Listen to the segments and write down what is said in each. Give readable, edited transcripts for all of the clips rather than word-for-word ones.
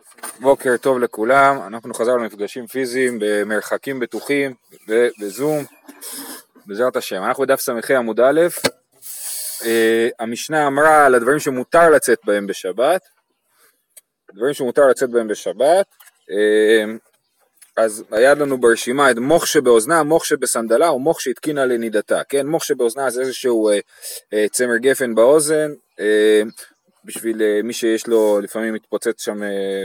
בוקר טוב לכולם, אנחנו חזרנו למפגשים פיזיים במרחקים בטוחים ובזום, בעזרת השם. אנחנו בדף סמכי עמוד א', המשנה אמרה על הדברים שמותר לצאת בהם בשבת, אז היה לנו ברשימה את מוך שבאוזנה, מוך שבסנדלה ומוך שהתקינה לנידתה, כן? מוך שבאוזנה זה איזשהו צמר גפן באוזן, בשביל מי שיש לו לפעמים מתפוצץ שם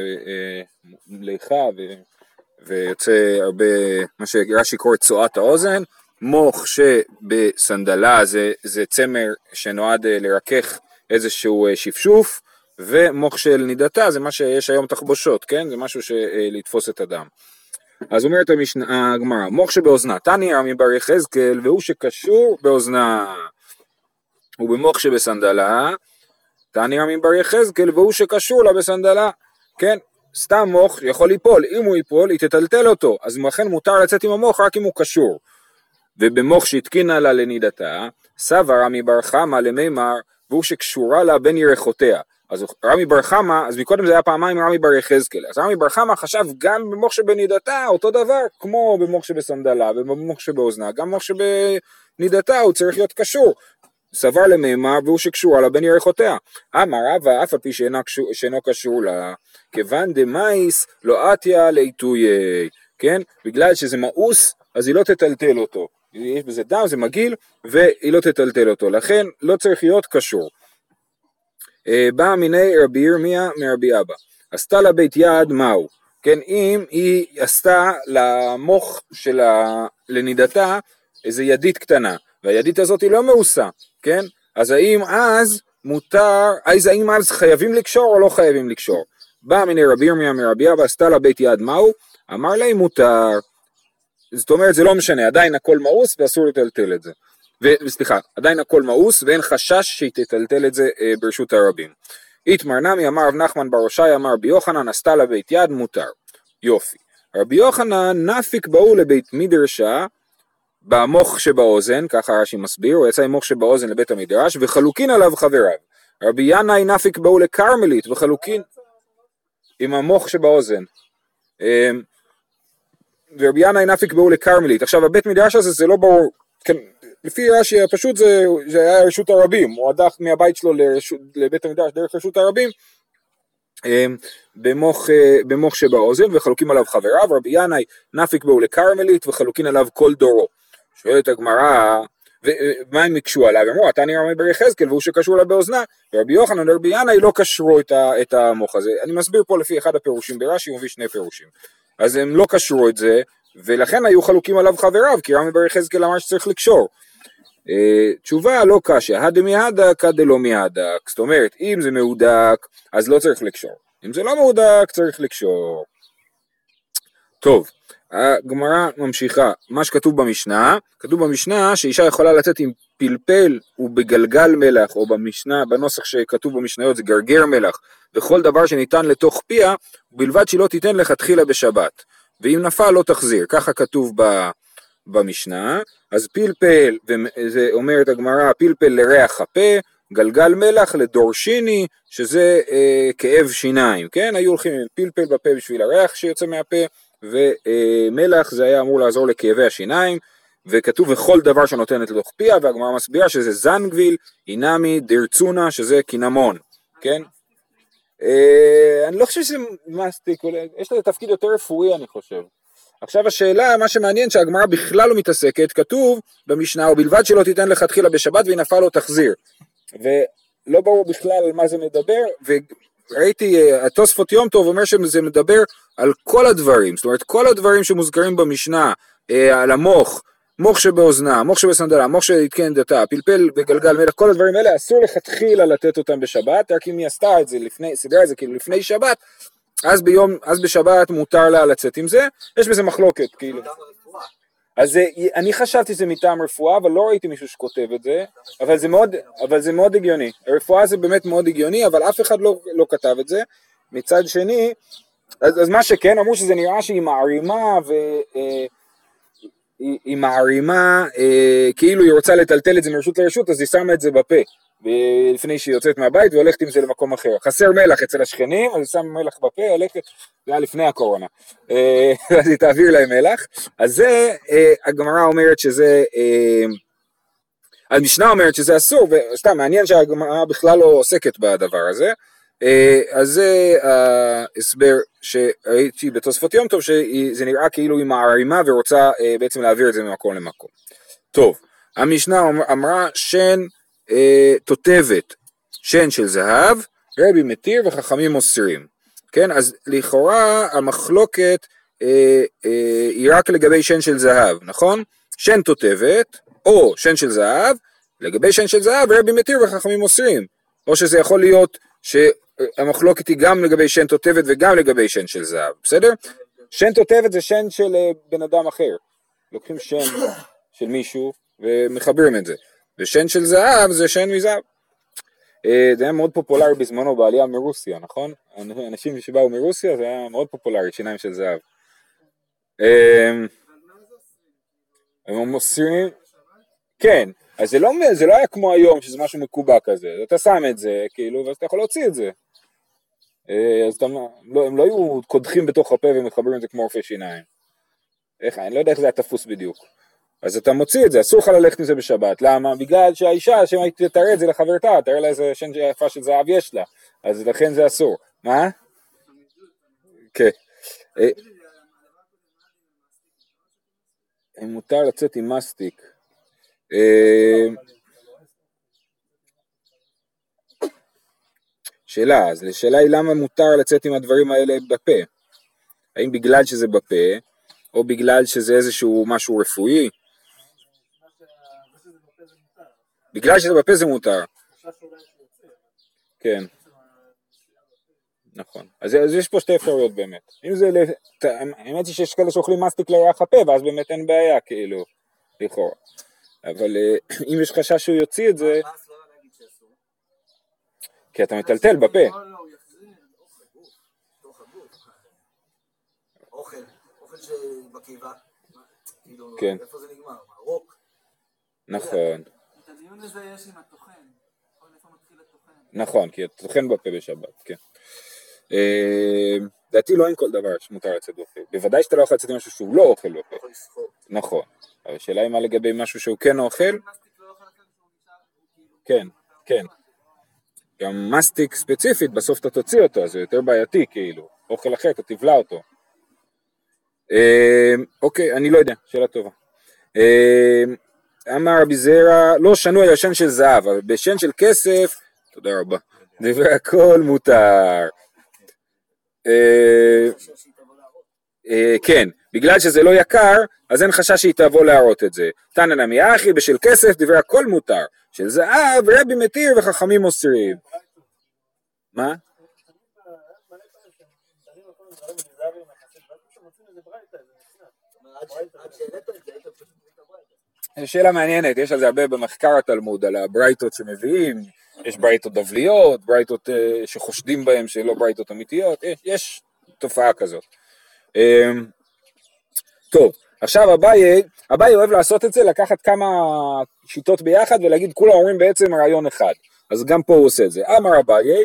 ליחה ויוצא הרבה, מה שרש"י קורא צואת האוזן. מוך שבסנדלה זה צמר שנועד לרכך איזשהו שפשוף, ומוך של נידתה זה מה שיש היום תחבושות, כן? זה משהו לתפוס את הדם. אז אומרת הגמרא, מוך שבאוזנה, תני רמי בר יחזקאל, והוא שקשור באוזנה, ובמוך שבסנדלה, תני רמי בר יחזקאל, והוא שקשור לה בסנדלה, כן? סתם מוך יכול ליפול, אם הוא ייפול, היא תטלטל אותו, אז לכן מותר לצאת עם המוך רק אם הוא קשור. ובמוך שהתקינה לה לנידתה, סבא רמי בר חמא למימר, והוא שקשורה לה בין ירחותיה. אז רמי בר חמא, אז מקודם זה היה פעמיים רמי בר יחזקאל, אז רמי בר חמא חשב גם במוך שבנידתה אותו דבר, כמו במוך שבסנדלה ובמוך שבאוזנה, גם במוך שבנידתה הוא צריך להיות קשור. סבר למימר והוא שקשורה לה בין ירחותיה. אמר רבא אף על פי שאינו קשור לה, כיוון דמאיס לא עטיה לעיתויי, כן? בגלל שזה מאוס, אז היא לא תטלטל אותו. יש בזה דם, זה מגיל, והיא לא תטלטל אותו. לכן לא צריך להיות קשור. בא מיני רבי ירמיה מרבי אבא. עשתה לה בית יד מהו? כן, אם היא עשתה למוח שלה, לנידתה, איזו ידית קטנה, והידית הזאת היא לא מאוסה, כן? אז האם אז מותר, האם אז חייבים לקשור או לא חייבים לקשור? בא מיני רבי ירמיה מרבי אבא, עשתה לה בית יד מהו? אמר לה מותר. זאת אומרת, זה לא משנה, עדיין הכל מאוס ואסור לטלטל את זה. וסליחה, עדיין הכל מאוס ואין חשש שהיא תטלטל את זה ברשות הרבים. איתמר נמי אמר רב נחמן בר הושעיה אמר רבי יוחנן עשתה לה בית יד מותר. יופי. רבי יוחנן נפיק באו לבית מדרשה במוך שבאוזן, ככה רש"י מסביר, הוא יצא עם מוך שבאוזן לבית המדרש וחלוקין עליו חבריו. רבי ינאי נפיק באו לקרמלית וחלוקין עם המוך שבאוזן. ורבי ינאי נפיק באו לקרמלית. עכשיו הבית מדרש הזה זה לא ברור, כן, לפי רש"י פשוט זה היה רשות הרבים, הוא הדח מהבית שלו לבית המדרש דרך רשות הרבים, במוך שבאוזן וחלוקים עליו חבריו. רבי ינאי נפיק באו לקרמלית וחלוקין עליו כל דורו. שואלת הגמרא, ומה הם יקשו עליו? אמרו, אתה נראה רמי בר יחזקאל והוא שקשור לה באוזנה, ורבי יוחנן ורבי ינאי לא קשרו את המוך הזה. אני מסביר פה לפי אחד הפירושים ברש"י, הוא מביא שני פירושים. אז הם לא קשרו את זה, ולכן היו חלוקים עליו חבריו, כי רמי בר יחזקאל אמר שצריך לקשור. תשובה לא קשה, הדמי הדק דלא מיהדק, זאת אומרת, אם זה מהודק, אז לא צריך לקשור. אם זה לא מהודק, צריך לקשור. טוב, הגמרא ממשיכה, מה שכתוב במשנה, כתוב במשנה שאישה יכולה לצאת עם פלפל ובגלגל מלח, או במשנה, בנוסח שכתוב במשניות זה גרגר מלח, וכל דבר שניתן לתוך פיה, בלבד שלא תיתן לכתחילה בשבת, ואם נפל לא תחזיר, ככה כתוב במשנה. אז פלפל, וזה אומרת הגמרא, פלפל לריח הפה, גלגל מלח לדורשיני, שזה כאב שיניים, כן? היו הולכים עם פלפל בפה בשביל הריח שיוצא מהפה, ומלח זה היה אמור לעזור לכאבי השיניים, וכתוב וכל דבר שנותנת לתוך פיה, והגמרא מסבירה שזה זנגוויל, אינמי, דרצונה, שזה קינמון, כן? אני לא חושב שזה מספיק, יש לזה תפקיד יותר רפואי אני חושב. עכשיו השאלה, מה שמעניין שהגמרא בכלל לא מתעסקת, כתוב במשנה, ובלבד שלא תיתן לכתחילה בשבת והיא נפל לא תחזיר, ולא ברור בכלל על מה זה מדבר, וראיתי, התוספות יום טוב אומר שזה מדבר על כל הדברים, זאת אומרת כל הדברים שמוזכרים במשנה, על המוך, מוך שבאוזנה, מוך שבסנדלה, מוך שהתקן דתה, פלפל וגלגל מלח, כל הדברים האלה אסור לכתחילה לתת אותם בשבת, רק אם היא עשתה את זה לפני, סדרה את זה כאילו לפני שבת, אז בשבת מותר לה לצאת עם זה, יש בזה מחלוקת כאילו. אז אני חשבתי שזה מטעם רפואה, אבל לא ראיתי מישהו שכותב את זה, אבל זה מאוד הגיוני, הרפואה זה באמת מאוד הגיוני, אבל אף אחד לא כתב את זה. מצד שני, אז מה שכן, אמרו שזה נראה שהיא מערימה, היא מערימה, כאילו היא רוצה לטלטל את זה מרשות לרשות, אז היא שמה את זה בפה, לפני שהיא יוצאת מהבית והולכת עם זה למקום אחר. חסר מלח אצל השכנים, אז היא שם מלח בפה, הולכת, זה היה לפני הקורונה, אז היא תעביר להם מלח. אז זה, הגמרא אומרת שזה, המשנה אומרת שזה אסור, וסתם מעניין שהגמרא בכלל לא עוסקת בדבר הזה. אז זה ההסבר שראיתי בתוספות יום טוב, שזה נראה כאילו היא מערימה ורוצה בעצם להעביר את זה ממקום למקום. טוב, המשנה אמרה שן תותבת, שן של זהב, רבי מתיר וחכמים אוסרים. כן, אז לכאורה המחלוקת היא רק לגבי שן של זהב, נכון? שן תותבת או שן של זהב, לגבי שן של זהב רבי מתיר וחכמים אוסרים. או שזה יכול להיות שהמחלוקת היא גם לגבי שן תותבת וגם לגבי שן של זהב, בסדר? שן תותבת זה שן של בן אדם אחר, לוקחים שן של מישהו ומחברים את זה, ושן של זהב זה שן מזהב. זה היה מאוד פופולרי בזמנו בעלייה מרוסיה, נכון? אנשים שבאו מרוסיה זה היה מאוד פופולרי, שיניים של זהב. הם מוסרים, כן, אז זה לא היה כמו היום שזה משהו מקובע כזה, אתה שם את זה כאילו ואז אתה יכול להוציא את זה. אז הם לא היו קודחים בתוך הפה ומחברים את זה כמו רופא שיניים. אני לא יודע איך זה היה תפוס בדיוק. אז אתה מוציא את זה, אסור לך ללכת עם זה בשבת. למה? בגלל שהאישה שהיא תראה את זה לחברתה, תראה לה איזה שן יפה של זהב יש לה, אז לכן זה אסור. מה? כן. מותר לצאת עם מסטיק. שאלה, אז השאלה היא למה מותר לצאת עם הדברים האלה בפה? האם בגלל שזה בפה, או בגלל שזה איזשהו משהו רפואי? בגלל שזה בפה זה מותר. כן. נכון. אז יש פה שתי אפשרויות באמת. אם זה, האמת היא שיש כאלה שאוכלים מסטיק לירח הפה, ואז באמת אין בעיה, כאילו, לכאורה. אבל אם יש חשש שהוא יוציא את זה, כי אתה מטלטל בפה. אוכל שבקיבה, כן. איפה זה נגמר? רוק? נכון. את הדיון הזה יש עם התוכן, איפה מתחיל התוכן? נכון, כי אתה תוכן בפה בשבת, כן. דעתי לא אין כל דבר שמותר לצאת בפה. בוודאי שאתה לא יכול לצאת עם משהו שהוא לא אוכל בפה. נכון. אבל השאלה היא מה לגבי משהו שהוא כן אוכל? כן, כן. גם מסטיק ספציפית, בסוף אתה תוציא אותו, אז זה יותר בעייתי כאילו. אוכל אחר, אתה תבלע אותו. אוקיי, אני לא יודע, שאלה טובה. אמר רבי זרע, לא שנוי על שן של זהב, אבל בשן של כסף, תודה רבה, דברי הכל מותר. כן, בגלל שזה לא יקר, אז אין חשש שהיא תבוא להראות את זה. תנא נמי אחי, בשל כסף דברי הכל מותר, של זהב רבי מתיר וחכמים אוסרים. מה? שאלה מעניינת, יש על זה הרבה במחקר התלמוד, על הברייתות שמביאים, יש ברייתות דבליות, ברייתות שחושדים בהם שלא ברייתות אמיתיות, יש תופעה כזאת. טוב, עכשיו אביי אוהב לעשות את זה, לקחת כמה שיטות ביחד ולהגיד כולם אומרים בעצם רעיון אחד, אז גם פה הוא עושה את זה. אמר אביי,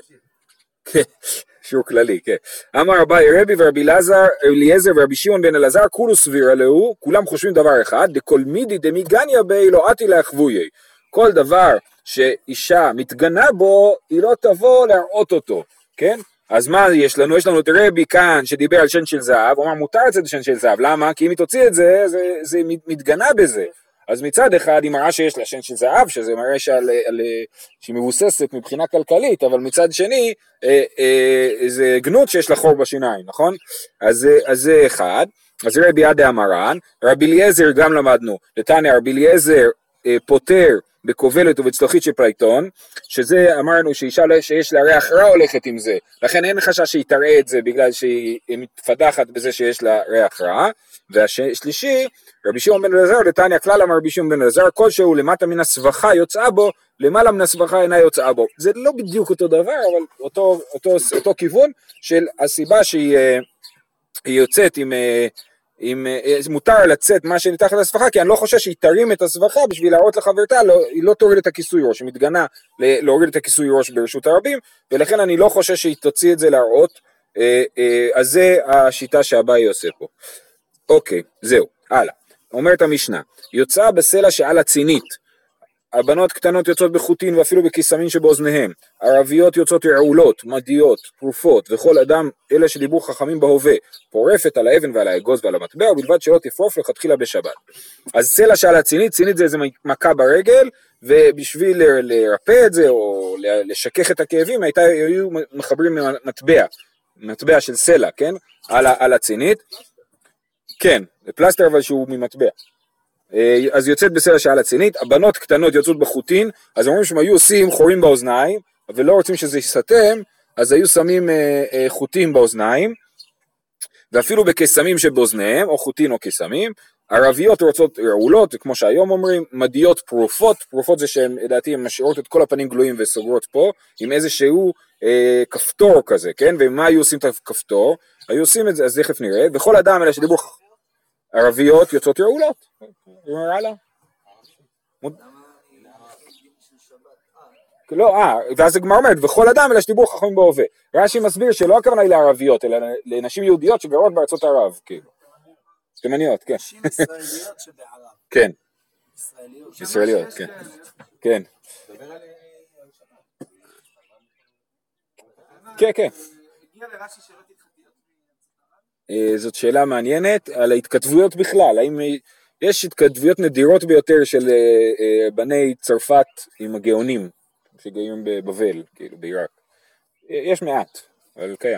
שיעור כללי, כן. אמר אביי רבי ורבי אליעזר ורבי שמעון בן אלעזר, כולו סבירה לו, כולם חושבים דבר אחד, דכל מידי דמיגניה בי לא עתי להחבויי. כל דבר שאישה מתגנה בו, היא לא תבוא להראות אותו, כן? אז מה יש לנו? יש לנו את רבי כאן שדיבר על שן של זהב, הוא אמר מותר לצאת שן של זהב, למה? כי אם היא תוציא את זה, זה מתגנה בזה. אז מצד אחד היא מראה שיש לה שן של זהב, שזה מראה שהיא מבוססת מבחינה כלכלית, אבל מצד שני זה גנות שיש לה חור בשיניים, נכון? אז זה אחד. אז רבי יהודה אמרן, רבי אליעזר גם למדנו, לתניא רבי אליעזר פוטר בכובלת ובצלוחית של פלייטון, שזה אמרנו שאישה שיש לה ריח רע הולכת עם זה, לכן אין חשש שהיא תראה את זה בגלל שהיא מתפתחת בזה שיש לה ריח רע. והשלישי, רבי שמעון בן אלעזר, לתניא כלל אמר רבי שמעון בן אלעזר, כלשהו למטה מן הסבכה יוצאה בו, למעלה מן הסבכה אינה יוצאה בו. זה לא בדיוק אותו דבר, אבל אותו כיוון של הסיבה שהיא יוצאת מותר לצאת מה שנתחת לסבכה, כי אני לא חושב שהיא תרים את הסבכה בשביל להראות לחברתה, היא לא תוריד את הכיסוי ראש, היא מתגנה להוריד את הכיסוי ראש ברשות הרבים, ולכן אני לא חושב שהיא תוציא את זה להראות, אז זה השיטה שאביי עושה פה. אוקיי, זהו, הלאה. אומרת המשנה, יוצאה בסלע שעל הצינית, הבנות קטנות יוצאות בחוטין ואפילו בכיסמין שבאוזניהם, ערביות יוצאות רעולות, מדיות, פרופות, וכל אדם, אלה שדיברו חכמים בהווה, פורפת על האבן ועל האגוז ועל המטבע, ובלבד שלא תפרוף לכתחילה בשבת. אז סלע שעל הצינית, צינית זה איזה מכה ברגל, ובשביל לרפא את זה, או לשכך את הכאבים, היו מחברים מטבע של סלע, כן? על הצינית. כן, פלסטר אבל שהוא ממטבע. אז יוצאת בסלע שעל הצינית, הבנות קטנות יוצאות בחוטין, אז אומרים שהם היו עושים חורים באוזניים, ולא רוצים שזה יסתם, אז היו שמים חוטים באוזניים, ואפילו בקסמים שבאוזניהם, או חוטין או קסמים, ערביות רוצות רעולות, כמו שהיום אומרים, מדיות פרופות, פרופות זה שהן, לדעתי, הן משאירות את כל הפנים גלויים וסוגרות פה, עם איזשהו כפתור כזה, כן? ומה היו עושים את הכפתור? היו עושים את זה, אז תכף נראה, וכל אדם אלה שדיברו ערביות יוצאות רעולות. לא, ואז הגמרא אומרת, וכל אדם אלה שדיברו חכמים בהווה. רש"י מסביר שלא הכוונה היא לערביות, אלא לנשים יהודיות שגרות בארצות ערב, כאילו. תימניות, כן. נשים ישראליות שבערב. כן. ישראליות. ישראליות, כן. כן. כן, כן. הגיע לרש"י שלא תתחתיות. זאת שאלה מעניינת על ההתכתבויות בכלל, האם יש התכתבויות נדירות ביותר של בני צרפת עם הגאונים שגאים בבבל, כאילו בעיראק, יש מעט, אבל קיים,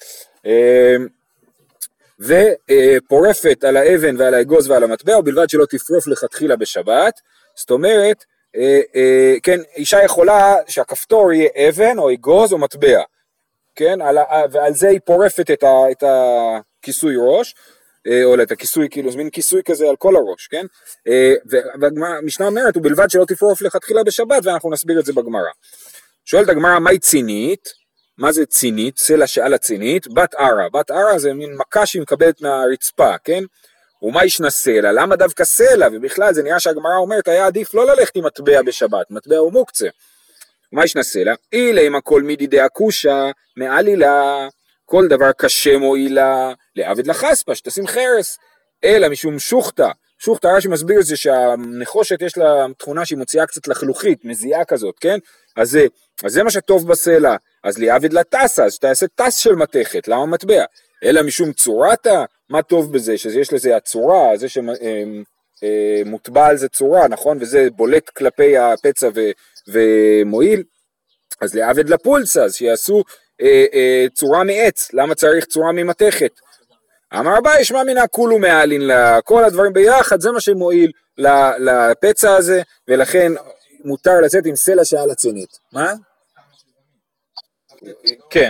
ופורפת על האבן ועל האגוז ועל המטבע, ובלבד שלא תפרוף לכתחילה בשבת, זאת אומרת, כן, אישה יכולה שהכפתור יהיה אבן או אגוז או מטבע, כן, ועל זה היא פורפת את הכיסוי ראש, או את הכיסוי, כאילו, זה מין כיסוי כזה על כל הראש, כן? והמשנה אומרת, ובלבד שלא תפרוף לכתחילה בשבת, ואנחנו נסביר את זה בגמרא. שואלת הגמרא, מהי צינית? מה זה צינית? סלע שעל הצינית? בת ערה. בת ערה זה מין מכה שהיא מקבלת מהרצפה, כן? ומה ישנה סלע? למה דווקא סלע? ובכלל זה נראה שהגמרא אומרת, היה עדיף לא ללכת עם מטבע בשבת, מטבע הוא מוקצה. ומה ישנה סלע? אילה עם הכל מידידי הקושה, מעלילה, כל דבר קשה מועילה, לעבד לחספה, שתשים חרס, אלא משום שוחטה, שוחטה רש"י מסביר את זה שהנחושת יש לה תכונה שהיא מוציאה קצת לחלוכית, מזיעה כזאת, כן? אז זה מה שטוב בסלע, אז לעבד לטסה, אז שתעשה טס של מתכת, למה מטבע? אלא משום צורתה, מה טוב בזה? שיש לזה הצורה, זה שמוטבע על זה צורה, נכון? וזה בולט כלפי הפצע ומועיל, אז לעבד לפולסה, אז שיעשו צורה מעץ, למה צריך צורה ממתכת? אמר אביי, שמע מינה כולו מעלין לה, כל הדברים ביחד, זה מה שמועיל לפצע הזה, ולכן מותר לצאת עם סלע שעל הצינית. מה? כן.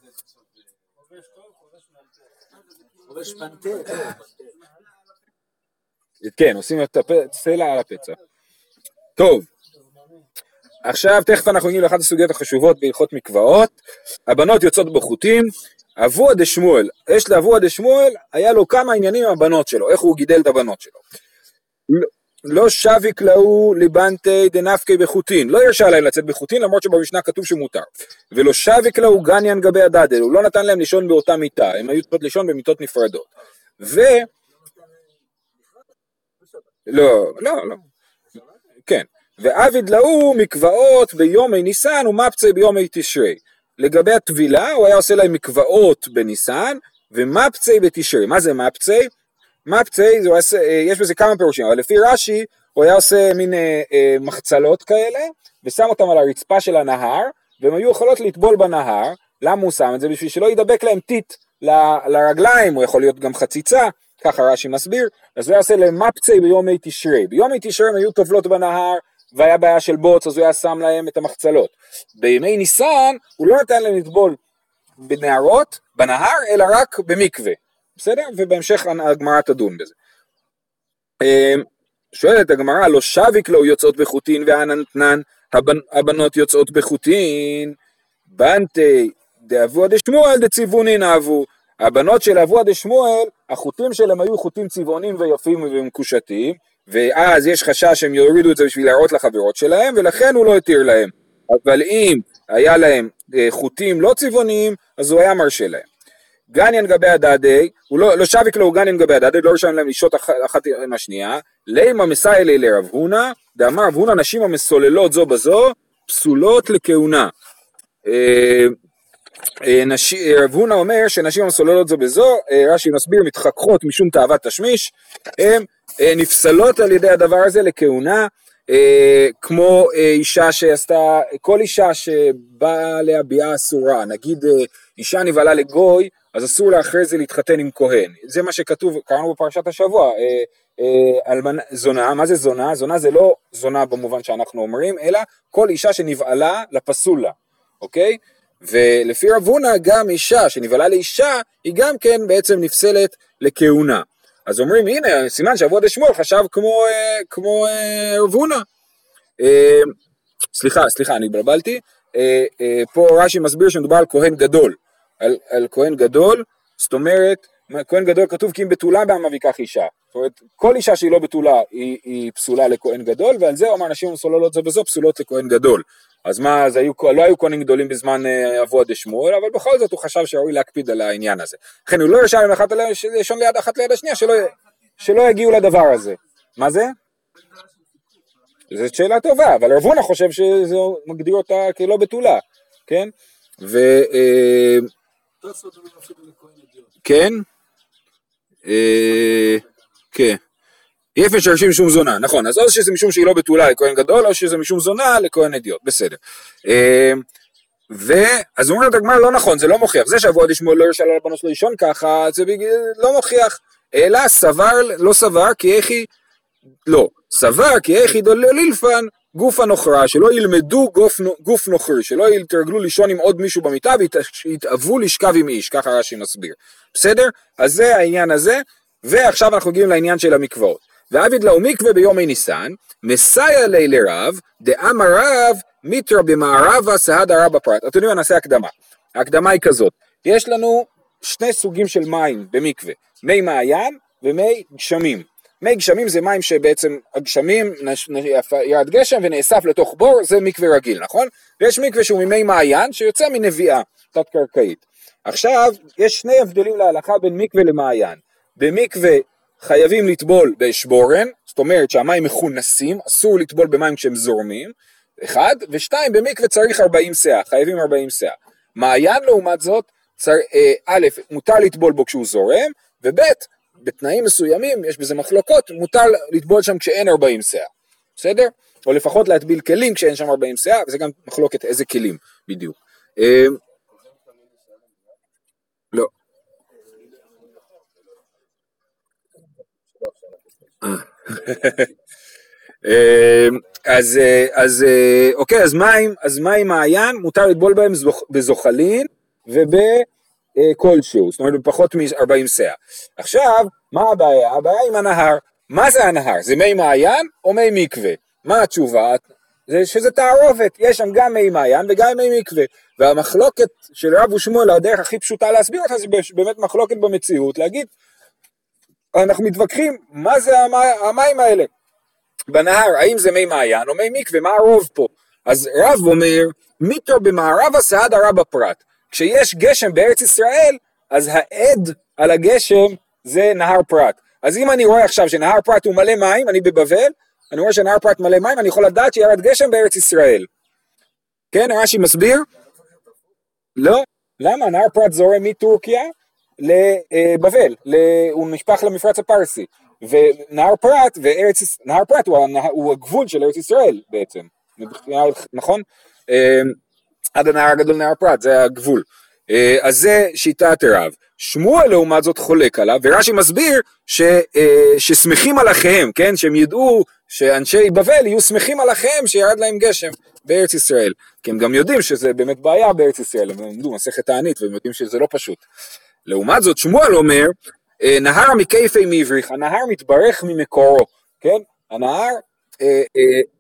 כן, עושים את הסלע על הפצע. טוב. עכשיו תכף אנחנו נגיע לאחת הסוגיות החשובות בהלכות מקוואות, הבנות יוצאות בחוטים, אבוה דשמואל, יש לאבוה דשמואל, היה לו כמה עניינים עם הבנות שלו, איך הוא גידל את הבנות שלו. לא שביק לאו לבנטי דנפקי בחוטין, לא הרשה להם לצאת בחוטין, למרות שבמשנה כתוב שמותר. ולא שביק לאו גניאן גבי הדדל, הוא לא נתן להם לישון באותה מיטה, הם היו צריכות לישון במיטות נפרדות. לא, כן. ועבד לאו מקוואות ביומי ניסן ומפצי ביומי תשרי. לגבי הטבילה, הוא היה עושה להם מקוואות בניסן, ומפצי בתשרי. מה זה מפצי? מפצי, יש בזה כמה פירושים, אבל לפי רש"י, הוא היה עושה מין מחצלות כאלה, ושם אותם על הרצפה של הנהר, והם היו יכולות לטבול בנהר. למה הוא שם את זה? בשביל שלא ידבק להם טיט לרגליים, הוא יכול להיות גם חציצה, ככה רש"י מסביר. אז הוא היה עושה להם מפצי ביומי תשרי. ביומי תשרי הם היו טובלות בנהר, והיה בעיה של בוץ, אז הוא היה שם להם את המחצלות. בימי ניסן, הוא לא נתן להם לטבול בנהרות, בנהר, אלא רק במקווה. בסדר? ובהמשך הגמרא תדון בזה. שואלת הגמרא, לא שביק לו יוצאות בחוטין, והנתנן, הבנות יוצאות בחוטין, בנתי, דאבו דשמואל דציוונין אהבו. הבנות של אבוה דשמואל, החוטים שלהם היו חוטים צבעונים ויפים ומקושטים, ואז יש חשש שהם יורידו את זה בשביל להראות לחברות שלהם, ולכן הוא לא התיר להם. אבל אם היה להם חוטים לא צבעוניים, אז הוא היה מרשה להם. גניין גבי הדדי, הוא לא שוויק לו גניין גבי הדדי, לא רשם להם לשעות אחת עם השנייה, לימה מסאי לי לרב הונא, דאמר רב הונא נשים המסוללות זו בזו, פסולות לכהונה. רב הונא אומר שנשים המסוללות זו בזו, רש"י מסביר מתחככות משום תאוות תשמיש, הן נפסלות על ידי הדבר הזה לכהונה, כמו אישה שעשתה, כל אישה שבאה להביעה אסורה, נגיד אישה נבעלה לגוי, אז אסור לה אחרי זה להתחתן עם כהן, זה מה שכתוב, קראנו בפרשת השבוע, זונה, מה זה זונה? זונה זה לא זונה במובן שאנחנו אומרים, אלא כל אישה שנבעלה לפסולה, אוקיי? ולפי רב הונא גם אישה שנבעלה לאישה, היא גם כן בעצם נפסלת לכהונה. אז אומרים, הנה, סימן שאבוה דשמואל חשב כמו רב הונא. סליחה, אני התבלבלתי. פה רש"י מסביר שמדובר על כהן גדול. על כהן גדול, זאת אומרת, כהן גדול כתוב כי אם בתולה בעמה ויקח אישה. זאת אומרת, כל אישה שהיא לא בתולה היא פסולה לכהן גדול, ועל זה אומר נשים מסוללות זו בזו פסולות לכהן גדול. אז מה, אז לא היו כהנים גדולים בזמן אבוה דשמואל, אבל בכל זאת הוא חשב שראוי להקפיד על העניין הזה. לכן הוא לא ישב עם אחת ליד השנייה, שלא יגיעו לדבר הזה. מה זה? זו שאלה טובה, אבל רב הונא חושב שזה מגדיר אותה כלא בתולה, כן? כן? כן. יפה שרשים משום זונה, נכון, אז או שזה משום שהיא לא בתולה לכהן גדול, או שזה משום זונה לכהן אדיוט, בסדר. ואז אומרים הגמרא לא נכון, זה לא מוכיח, זה שאבוה דשמואל לא הרשה לבנות שלו לישון ככה, זה לא מוכיח, אלא סבר כי איכי דולילפן גוף הנוכרה, שלא ילמדו גוף נוכרי, שלא יתרגלו לישון עם עוד מישהו במיטה, ויתאבו לשכב עם איש, ככה רש"י מסביר. בסדר? אז זה העניין הזה, ועכשיו אנחנו מגיעים לעניין של המקוואות. ועביד לאו מקווה ביומי ניסן, מסייע לי לרב, דאמר רב, מיטרא במערבה סהד הרב בפרט. אתם יודעים, נעשה הקדמה. ההקדמה היא כזאת, יש לנו שני סוגים של מים במקווה, מי מעיין ומי גשמים. מי גשמים זה מים שבעצם הגשמים ירד גשם ונאסף לתוך בור, זה מקווה רגיל, נכון? ויש מקווה שהוא ממי מעיין שיוצא מנביאה תת קרקעית. עכשיו, יש שני הבדלים להלכה בין מקווה למעיין. במקווה חייבים לטבול בשבורן, זאת אומרת שהמים מכונסים, אסור לטבול במים כשהם זורמים, אחד, ושתיים, במקווה צריך 40 סאה, חייבים 40 סאה. מעיין לעומת זאת, א', מותר לטבול בו כשהוא זורם, וב', בתנאים מסוימים, יש בזה מחלוקות, מותר לטבול שם כשאין 40 סאה, בסדר? או לפחות להטביל כלים כשאין שם 40 סאה, וזה גם מחלוקת איזה כלים בדיוק. לא. אוקיי, אז מים מעיין, מותר לטבול בהם בזוחלין ובכלשהו, זאת אומרת בפחות מ-40 סאה. עכשיו, מה הבעיה? הבעיה עם הנהר. מה זה הנהר? זה מי מעיין או מי מקווה? מה התשובה? זה שזה תערובת, יש שם גם מי מעיין וגם מי מקווה, והמחלוקת של רב ושמואל, הדרך הכי פשוטה להסביר אותה, זה באמת מחלוקת במציאות, להגיד, אנחנו מתווכחים, מה זה המים האלה? בנהר, האם זה מי מעיין או מי מקווה, מה הרוב פה? אז רב אומר, מיטרא במערבה סהד הרב בפרט. כשיש גשם בארץ ישראל, אז העד על הגשם זה נהר פרת. אז אם אני רואה עכשיו שנהר פרת הוא מלא מים, אני בבבל, אני רואה שנהר פרת מלא מים, אני יכול לדעת שירד גשם בארץ ישראל. כן, רש"י מסביר? לא. למה? נהר פרת זורם מטורקיה לבבל, הוא נשפך למפרץ הפרסי. ונהר פרת, נהר פרת הוא הגבול של ארץ ישראל בעצם, נכון? עד הנהר הגדול נהר פרת, זה הגבול. אז זה שיטת רב. שמואל לעומת זאת חולק עליו, ורש"י מסביר ששמחים על אחיהם, כן? שהם ידעו שאנשי בבל יהיו שמחים על אחיהם שירד להם גשם בארץ ישראל. כי הם גם יודעים שזה באמת בעיה בארץ ישראל, הם למדו מסכת תענית והם יודעים שזה לא פשוט. לעומת זאת שמואל אומר, נהר מכיפי מבריך, הנהר מתברך ממקורו, כן? הנהר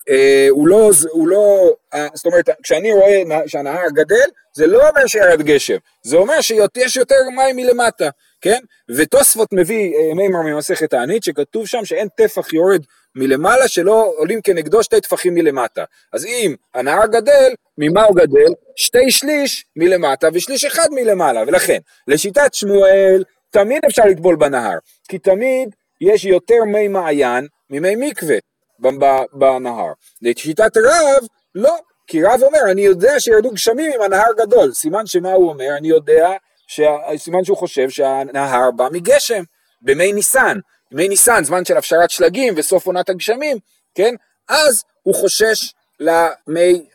זאת אומרת, כשאני רואה שהנהר גדל, זה לא אומר שירד גשם, זה אומר שיש יותר מים מלמטה, כן? ותוספות מביא מימר ממסכת תענית, שכתוב שם שאין טפח יורד מלמעלה, שלא עולים כנגדו 2 טפחים מלמטה. אז אם הנהר גדל, ממה הוא גדל? 2/3 מלמטה ו1/3 מלמעלה, ולכן, לשיטת שמואל, תמיד אפשר לטבול בנהר, כי תמיד יש יותר מי מעיין ממי מקווה בנהר. לשיטת רב, לא, כי רב אומר, אני יודע שירדו גשמים עם הנהר גדול, סימן שמה הוא אומר, אני יודע, סימן שהוא חושב שהנהר בא מגשם, במי ניסן, מי ניסן, זמן של הפשרת שלגים וסוף עונת הגשמים, כן? אז הוא חושש למי,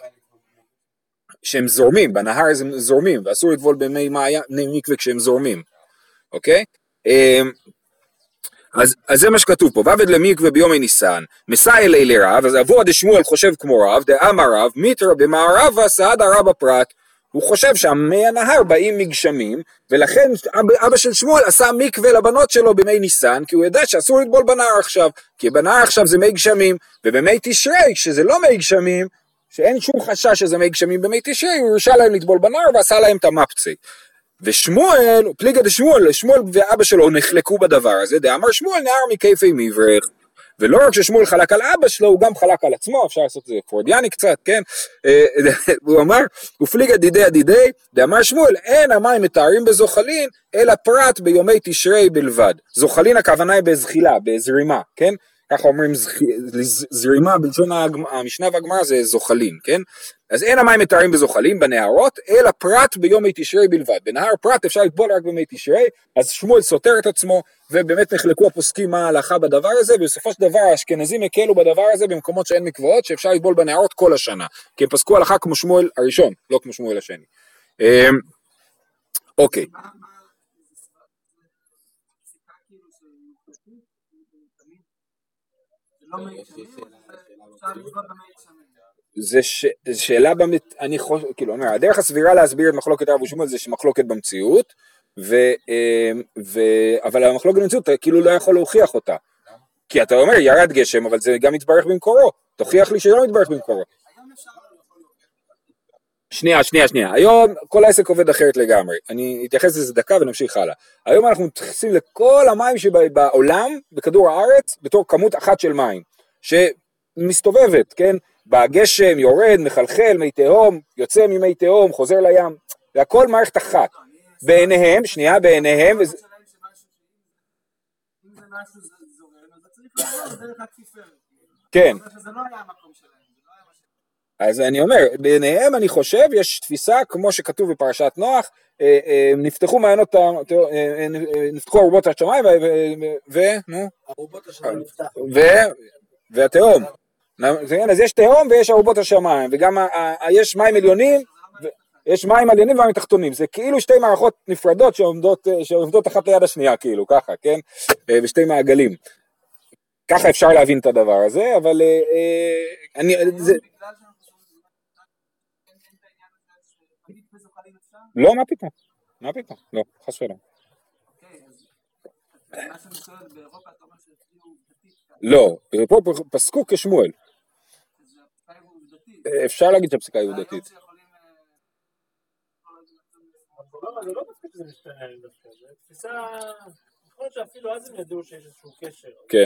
שהם זורמים, בנהר הם זורמים, ואסור לטבול במי מקווה כשהם זורמים, אוקיי? אז זה מה שכתוב פה, ועבד למקווה ביומי ניסן, מסע אלי לרב, אז אבו עד שמואל חושב כמו רב, דאמר רב, מיתרא במערבה סעד הרב הפרט, הוא חושב שהמי הנהר באים מגשמים, ולכן אבא של שמואל עשה מקווה לבנות שלו במי ניסן, כי הוא ידע שאסור לטבול בנהר עכשיו, כי בנהר עכשיו זה מי גשמים, ובמי תשרי, שזה לא מי גשמים, שאין שום חשש שזה מי גשמים במי תשרי, הוא הרשה להם לטבול בנהר ועשה להם את המפצי. ושמואל, פליגה דשמואל, שמואל ואבא שלו נחלקו בדבר הזה, דאמר שמואל נהר מכיפי מברך, ולא רק ששמואל חלק על אבא שלו, הוא גם חלק על עצמו, אפשר לעשות את זה פורדיאני קצת, כן? הוא אמר, ופליגה דידי, דאמר שמואל, אין המים מתארים בזוחלין, אלא פרט ביומי תשרי בלבד. זוחלין הכוונה היא בזחילה, בזרימה, כן? ככה אומרים זרימה, בלשון המשנה והגמרא זה זוחלין, כן? אז אין המים מתארים בזוחלים בנהרות, אלא פרט ביומי תשרי בלבד. בנהר פרט אפשר לטבול רק ביומי תשרי, אז שמואל סותר את עצמו, ובאמת נחלקו הפוסקים מה ההלכה בדבר הזה, ובסופו של דבר האשכנזים הקלו בדבר הזה במקומות שאין מקוואות, שאפשר לטבול בנהרות כל השנה, כי הם פסקו הלכה כמו שמואל הראשון, לא כמו שמואל השני. אוקיי. זה שאלה אני חושב, כאילו, הדרך הסבירה להסביר את מחלוקת רב ושמואל זה שמחלוקת במציאות, אבל המחלוקת במציאות כאילו לא יכול להוכיח אותה, כי אתה אומר ירד גשם, אבל זה גם מתברך במקורו, תוכיח לי שלא מתברך במקורו. שנייה, היום כל העסק עובד אחרת לגמרי, אני אתייחס לזה דקה ונמשיך הלאה. היום אנחנו מתייחסים לכל המים שבעולם, בכדור הארץ, בתור כמות אחת של מים, שמסתובבת, כן? בגשם, יורד, מחלחל, מי תהום, יוצא ממי תהום, חוזר לים, זה הכל מערכת אחת. בעיניהם, בעיניהם, אם זה משהו זורם, אז צריך לעבור דרך הכיפר. כן. זה לא היה המקום שלהם. אז אני אומר, ביניהם אני חושב, יש תפיסה, כמו שכתוב בפרשת נוח, נפתחו מעיינות, נפתחו ארובות השמיים, ארובות השמיים נפתח. והתהום. אז יש תהום ויש ארובות השמיים, וגם יש מים עליונים, יש מים עליונים ומים תחתונים, זה כאילו שתי מערכות נפרדות שעובדות אחת ליד השנייה, כאילו, ככה, כן? בשתי מעגלים. ככה אפשר להבין את הדבר הזה, אבל לא, מה פתאום? לא, חס ושלום. לא, פה פסקו כשמואל. אפשר להגיד שהפסיקה היא עובדתית. אני לא מספיק שזה משתנה, זה תפיסה, יכול להיות שאפילו אז הם ידעו שיש איזשהו קשר. כן.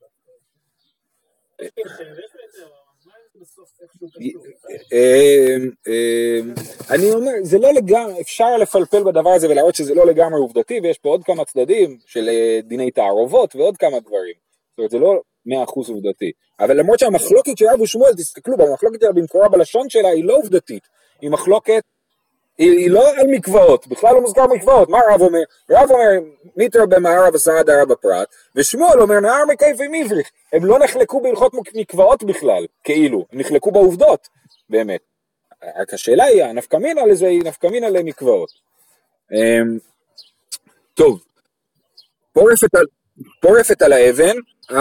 יש קשר, יש בעצם, מה זה בסוף איכשהו קשור? אני אומר, זה לא לגמרי, אפשר לפלפל בדבר הזה ולהראות שזה לא לגמרי עובדתי, ויש פה עוד כמה צדדים של דיני תערובות ועוד כמה דברים. זאת אומרת, זה לא 100% עובדתי. אבל למרות שהמחלוקת של רב ושמואל, תסתכלו, במחלוקת שלה במקורה בלשון שלה היא לא עובדתית. היא מחלוקת, היא לא על מקוואות, בכלל לא מוזכר מקוואות. מה רב אומר? רב אומר, מיתרא במערב וסעד הרב הפרט, ושמואל אומר, נהר מכיפי מברך. הם לא נחלקו בהלכות מקוואות בכלל, כאילו. הם נחלקו בעובדות, באמת. רק השאלה היא, הנפקמינה לזה היא נפקמינה למקוואות. טוב, פורפת על האבן,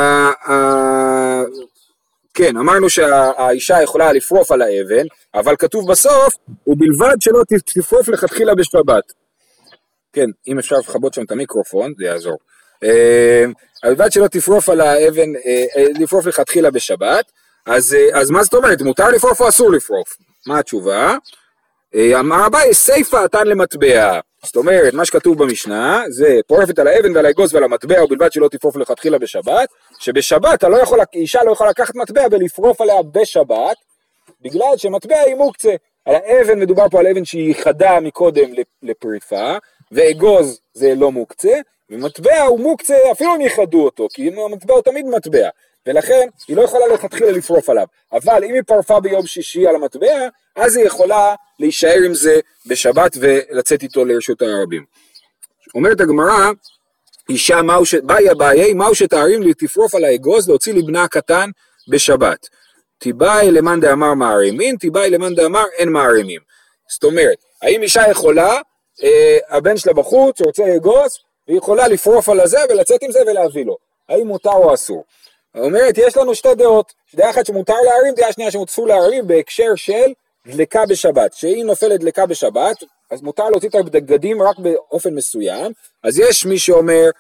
כן, אמרנו שהאישה יכולה לפרוף על האבן, אבל כתוב בסוף, ובלבד שלא תפרוף לכתחילה בשבת. כן, אם אפשר לחבות שם את המיקרופון, זה יעזור. בלבד שלא תפרוף על האבן, לפרוף לכתחילה בשבת, אז מה זאת אומרת, מותר לפרוף או אסור לפרוף? מה התשובה? אמר אביי, סיפא התן למטבע. זאת אומרת, מה שכתוב במשנה, זה פורפת על האבן ועל האגוז ועל המטבע, ובלבד שלא תפרוף לכתחילה בשבת, שבשבת אישה לא יכולה לקחת מטבע ולפרוף עליה בשבת, בגלל שמטבע היא מוקצה. על האבן מדובר פה על אבן שהיא חדה מקודם לפריפה, ואגוז זה לא מוקצה, ומטבע הוא מוקצה אפילו אם יחדו אותו, כי המטבע הוא תמיד מטבע, ולכן היא לא יכולה לכתחילה לפרוף עליו. אבל אם היא פרפה ביום שישי על המטבע, אז היא יכולה להישאר עם זה בשבת ולצאת איתו לרשות הרבים. אומרת הגמרא, אישה באי אביי, מהו שתערים לי תפרוף על האגוז להוציא לבנה הקטן בשבת. תיבאי למאן דאמר מערימין, תיבאי למאן דאמר אין מערימים. זאת אומרת, האם אישה יכולה, הבן שלה בחוץ, רוצה אגוז, והיא יכולה לפרוף על הזה ולצאת עם זה ולהביא לו. האם מותר או אסור? אומרת, יש לנו שתי דעות, דעה אחת שמותר להרים, דעה שנייה שמותר להרים בהקשר של דלקה בשבת. שאם נופלת דלקה בשבת, אז מותר להוציא את הבגדים רק באופן מסוים. אז יש מי שאומר,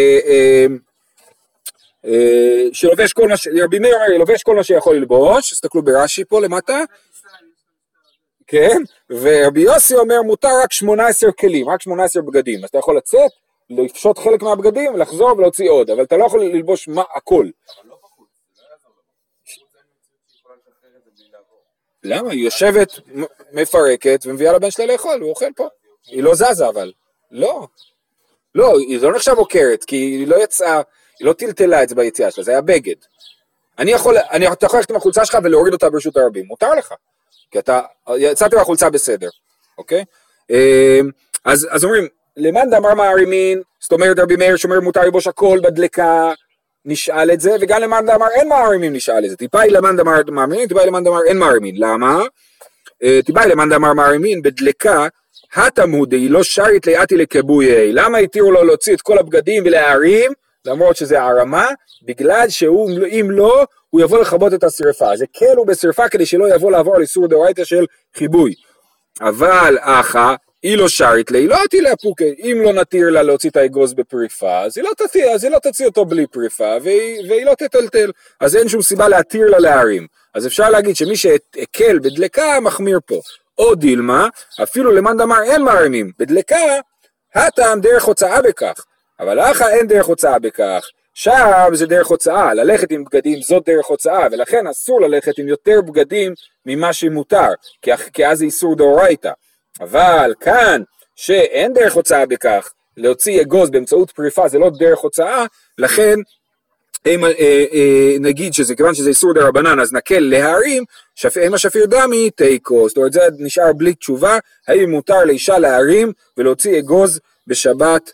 שלובש כל מה רבי מאיר אומר, לובש כל מה שיכול ללבוש, תסתכלו ברש"י פה למטה, כן, ורבי יוסי אומר מותר רק 18 כלים, רק 18 בגדים, אז אתה יכול לצאת, לפשוט חלק מהבגדים, לחזור ולהוציא עוד, אבל אתה לא יכול ללבוש הכל. למה? היא יושבת, מפרקת, ומביאה לבן שלה לאכול, הוא אוכל פה. היא לא זזה אבל. לא. לא, היא לא נחשב עוקרת, כי היא לא יצאה, היא לא טלטלה את זה ביציאה שלה, זה היה בגד. אתה יכול ללכת עם החולצה שלך ולהוריד אותה ברשות הרבים, מותר לך. כי אתה יצאת עם החולצה בסדר, אוקיי? אז אומרים, למאן דאמר מערימין, זאת אומרת רבי מאיר שאומר מותר ללבוש הכל בדלקה, נשאל את זה, וגם למאן דאמר אין מערימין נשאל את זה. טיפאי למאן דאמר מערימין, טיפאי למאן דאמר אין מערימין. למה? טיפאי למאן דאמר מערימין, בדלקה, התמודי לא שרית ליאתי לכבויי. למה התירו לו להוציא את כל הבגדים ולהערים, למרות שזה הרמה? בגלל שהוא, אם לא, הוא יבוא לכבות את השריפה. זה כן הוא בשריפה כדי שלא יבוא לעבור על איסור דאורייתא של חיבוי. אבל אחא, היא לא שרית לה, היא לא תהיה להפוקה, אם לא נתיר לה להוציא את האגוז בפריפה, אז היא לא תוציא אותו בלי פריפה, והיא לא תטלטל, אז אין שום סיבה להתיר לה להרים. אז אפשר להגיד שמי שהקל בדלקה מחמיר פה. או דילמה, אפילו למאן דאמר אין מערימים, בדלקה, הטעם דרך הוצאה בכך, אבל אחא אין דרך הוצאה בכך, שם זה דרך הוצאה, ללכת עם בגדים זאת דרך הוצאה, ולכן אסור ללכת עם יותר בגדים ממה שמותר, כי אז זה איסור דאורייתא. אבל כאן שאין דרך הוצאה בכך, להוציא אגוז באמצעות פריפה זה לא דרך הוצאה, לכן נגיד שזה כיוון שזה איסור דרבנן אז נקל להרים, אם השפיר דמי תיקו, זאת אומרת זה נשאר בלי תשובה, האם מותר לאישה להרים ולהוציא אגוז בשבת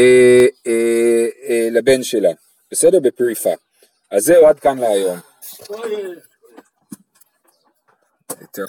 לבן שלה, בסדר? בפריפה. אז זהו עד כאן להיום.